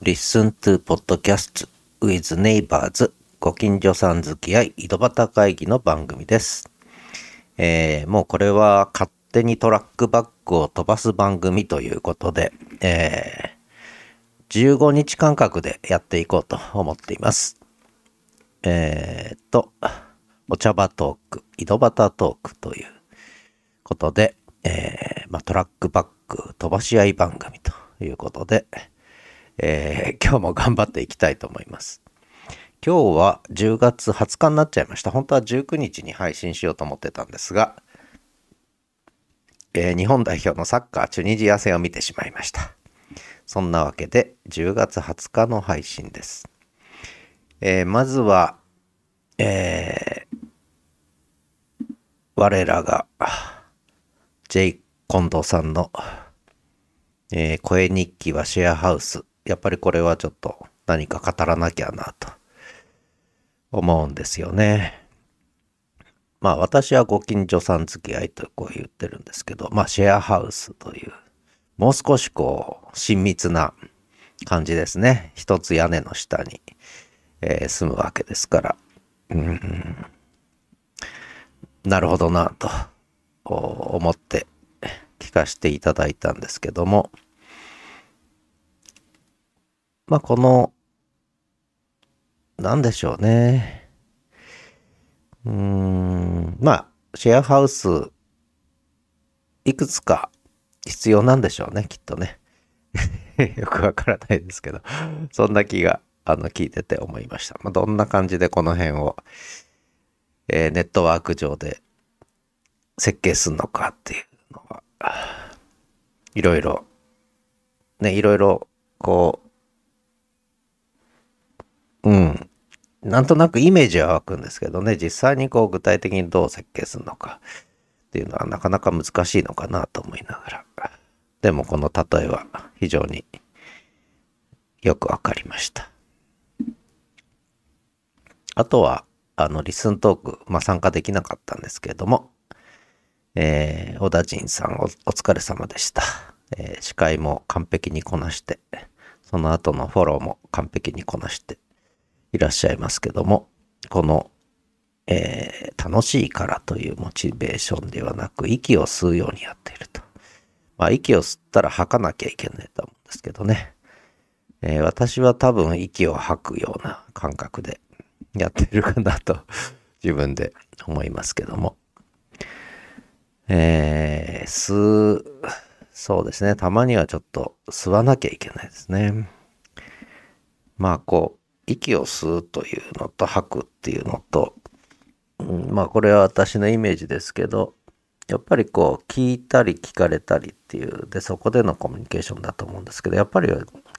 Listen to Podcast with Neighbors ご近所さん付き合い井戸端会議の番組です。もうこれは勝手にトラックバックを飛ばす番組ということで、15日間隔でやっていこうと思っています。お茶場トーク、井戸端トークということで、トラックバック飛ばし合い番組ということで、今日も頑張っていきたいと思います。今日は10月20日になっちゃいました。本当は19日に配信しようと思ってたんですが、日本代表のサッカーチュニジア戦を見てしまいました。そんなわけで10月20日の配信です。まずは、我らが J 近藤さんの、声日記はシェアハウス。やっぱりこれはちょっと何か語らなきゃなと思うんですよね。まあ私はご近所さん付き合いとこう言ってるんですけど、シェアハウスという、もう少し親密な感じですね。一つ屋根の下に、住むわけですから。なるほどなと思って聞かせていただいたんですけども、この、なんでしょうね。シェアハウス、いくつか必要なんでしょうね、きっとね。よくわからないですけど、そんな気が、聞いてて思いました。どんな感じでこの辺を、ネットワーク上で設計するのかっていうのは、いろいろなんとなくイメージは湧くんですけどね、実際に具体的にどう設計するのかっていうのはなかなか難しいのかなと思いながら。でもこの例えは非常によくわかりました。あとは、リスントーク、参加できなかったんですけれども、小田陣さんお疲れ様でした。司会も完璧にこなして、その後のフォローも完璧にこなしていらっしゃいますけども、この、楽しいからというモチベーションではなく、息を吸うようにやっていると。息を吸ったら吐かなきゃいけないと思うんですけどね。私は多分息を吐くような感覚でやってるかなと自分で思いますけども。そうですね。たまにはちょっと吸わなきゃいけないですね。息を吸うというのと吐くっていうのと、これは私のイメージですけど、やっぱり聞いたり聞かれたりっていう、で、そこでのコミュニケーションだと思うんですけど、やっぱり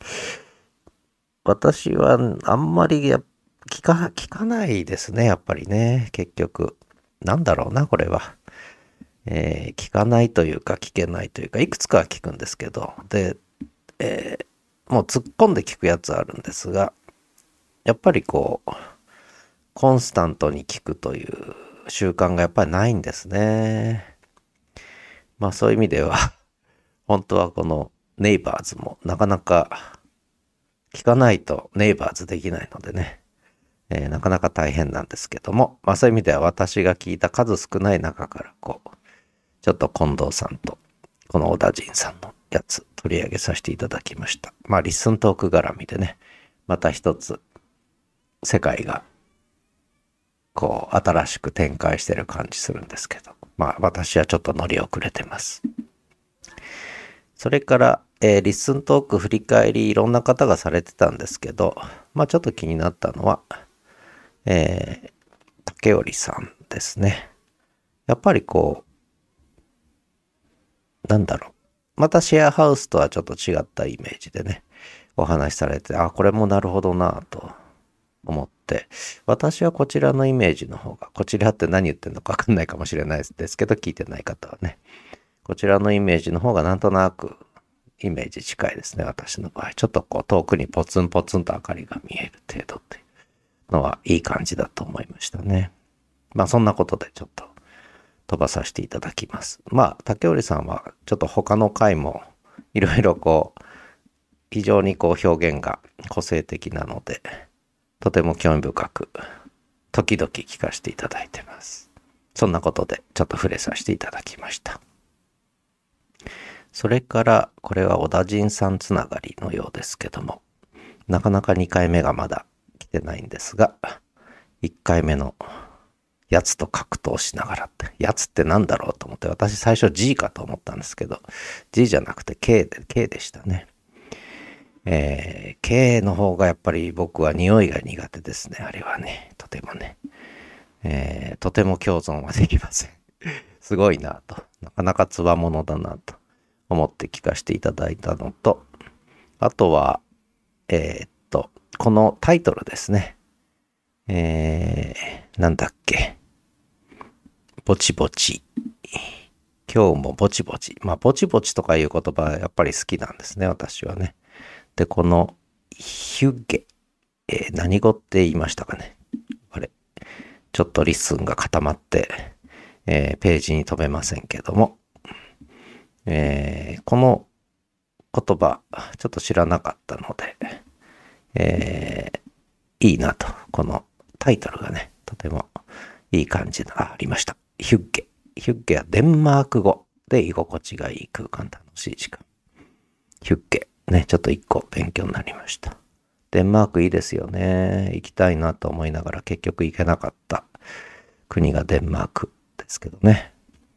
私はあんまり聞かないですね、やっぱりね、結局。なんだろうな、これは。聞かないというか聞けないというか、いくつかは聞くんですけど、で、もう突っ込んで聞くやつあるんですが、やっぱりコンスタントに聞くという習慣がやっぱりないんですね。そういう意味では、本当はこのネイバーズもなかなか聞かないとネイバーズできないのでね、なかなか大変なんですけども、そういう意味では私が聞いた数少ない中からちょっと近藤さんとこの小田陣さんのやつ取り上げさせていただきました。リッスントーク絡みでね、また一つ世界が新しく展開してる感じするんですけど、私はちょっと乗り遅れてます。それから、リッスントーク振り返りいろんな方がされてたんですけど、ちょっと気になったのは、竹織さんですね。やっぱりなんだろう。またシェアハウスとはちょっと違ったイメージでね、お話しされて、これもなるほどなぁと思って、私はこちらのイメージの方が、こちらって何言ってんのかわかんないかもしれないですけど、聞いてない方はね、こちらのイメージの方がなんとなくイメージ近いですね、私の場合。ちょっと遠くにポツンポツンと明かりが見える程度っていうのはいい感じだと思いましたね。そんなことでちょっと飛ばさせていただきます。竹織さんはちょっと他の回もいろいろ非常にこう表現が個性的なので、とても興味深く、時々聞かせていただいてます。そんなことでちょっと触れさせていただきました。それから、これは小田陣さんつながりのようですけども、なかなか2回目がまだ来てないんですが、1回目のやつと格闘しながらって、やつってなんだろうと思って、私最初 G かと思ったんですけど、G じゃなくて K でしたね。K の方がやっぱり僕は匂いが苦手ですね。あれはね、とてもね。とても共存はできません。すごいなと。なかなかつわものだなと思って聞かせていただいたのと、あとは、このタイトルですね。なんだっけ。ぼちぼち。今日もぼちぼち。まあ、ぼちぼちとかいう言葉はやっぱり好きなんですね、私はね。で、このヒュッゲ、何語って言いましたかね。あれ。ちょっとリッスンが固まって、ページに飛べませんけども、この言葉、ちょっと知らなかったので、いいなと。このタイトルがね、とてもいい感じがありました。ヒュッゲ。ヒュッゲはデンマーク語で居心地がいい空間、楽しい時間。ヒュッゲ。ね、ちょっと一個勉強になりました。デンマークいいですよね。行きたいなと思いながら結局行けなかった国がデンマークですけどね。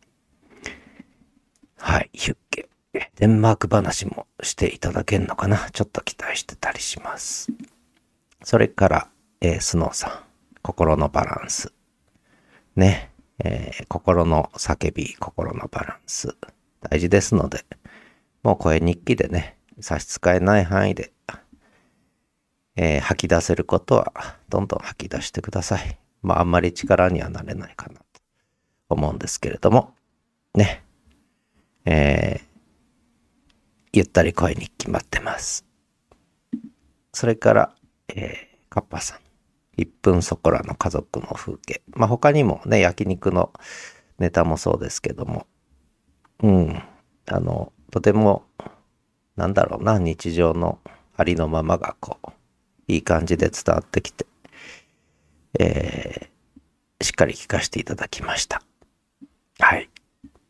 はい、ヒュッゲ。デンマーク話もしていただけるのかな。ちょっと期待してたりします。それから、スノーさん。心のバランス。ね。心の叫び、心のバランス。大事ですので、もう声日記でね、差し支えない範囲で、吐き出せることはどんどん吐き出してください。まああんまり力にはなれないかなと思うんですけれども、ね。ゆったり声日記待ってます。それから、カッパさん。1分そこらの家族の風景。まあ他にもね、焼肉のネタもそうですけども、とても、なんだろうな、日常のありのままがこう、いい感じで伝わってきて、しっかり聞かせていただきました。はい。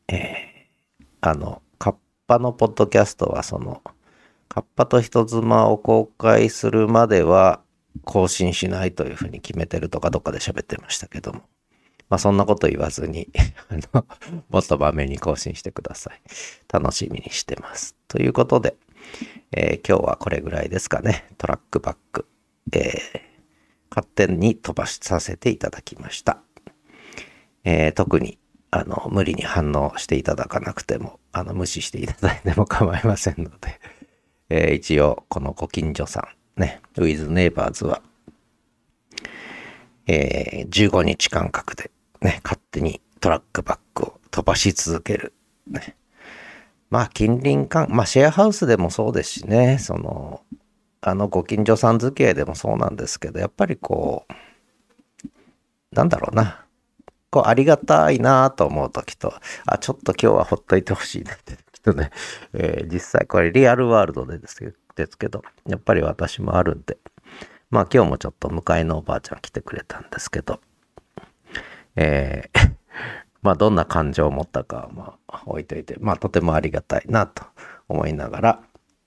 カッパのポッドキャストはカッパと人妻を公開するまでは更新しないというふうに決めてるとかどっかで喋ってましたけども、まあそんなこと言わずにもっとまめに更新してください。楽しみにしてます。ということで、今日はこれぐらいですかね。トラックバック、勝手に飛ばしさせていただきました。特に無理に反応していただかなくても、無視していただいても構いませんので、一応このご近所さんね、with neighbors は、15日間隔でね、勝手にトラックバックを飛ばし続ける。ね、まあ近隣間、まあシェアハウスでもそうですしね、ご近所さん付き合いでもそうなんですけど、やっぱりこう、なんだろうな、こうありがたいなと思うときと、ちょっと今日はほっといてほしいなってきっとね、実際これリアルワールドでですけど、やっぱり私もあるんで、まあ今日もちょっと迎えのおばあちゃん来てくれたんですけど、まあどんな感情を持ったかはまあ置いといて、まあとてもありがたいなと思いながら、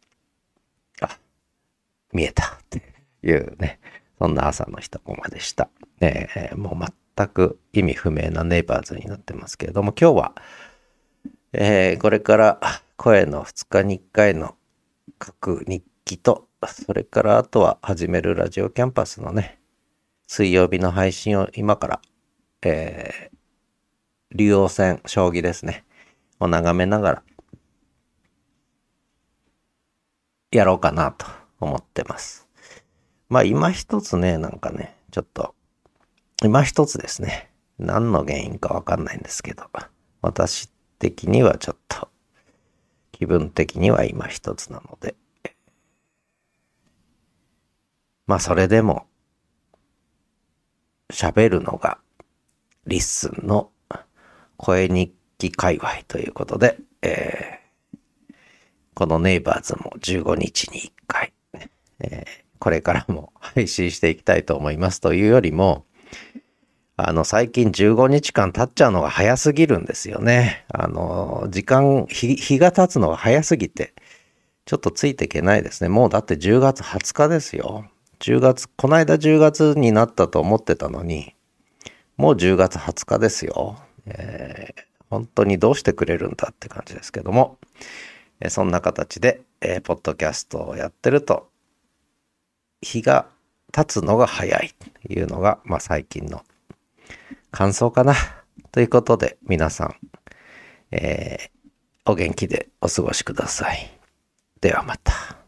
見えたっていうね、そんな朝の一コマでした。もう全く意味不明なネイバーズになってますけれども、今日は、これから声の2日に1回の書く日記と、それからあとは始めるラジオキャンパスのね、水曜日の配信を今から、竜王戦、将棋ですね、を眺めながらやろうかなと思ってます。まあ今一つね、なんかね、ちょっと、今一つですね、何の原因かわかんないんですけど、私的にはちょっと、気分的には今一つなので、まあそれでも、喋るのが、リッスンの声日記界隈ということで、 このネイバーズも15日に1回、これからも配信していきたいと思いますというよりも、最近15日間経っちゃうのが早すぎるんですよね。日が経つのが早すぎて、ちょっとついていけないですね。もうだって10月20日ですよ。この間10月になったと思ってたのに、もう10月20日ですよ。本当にどうしてくれるんだって感じですけども、そんな形で、ポッドキャストをやってると、日が経つのが早いというのが、最近の感想かな。ということで、皆さん、お元気でお過ごしください。ではまた。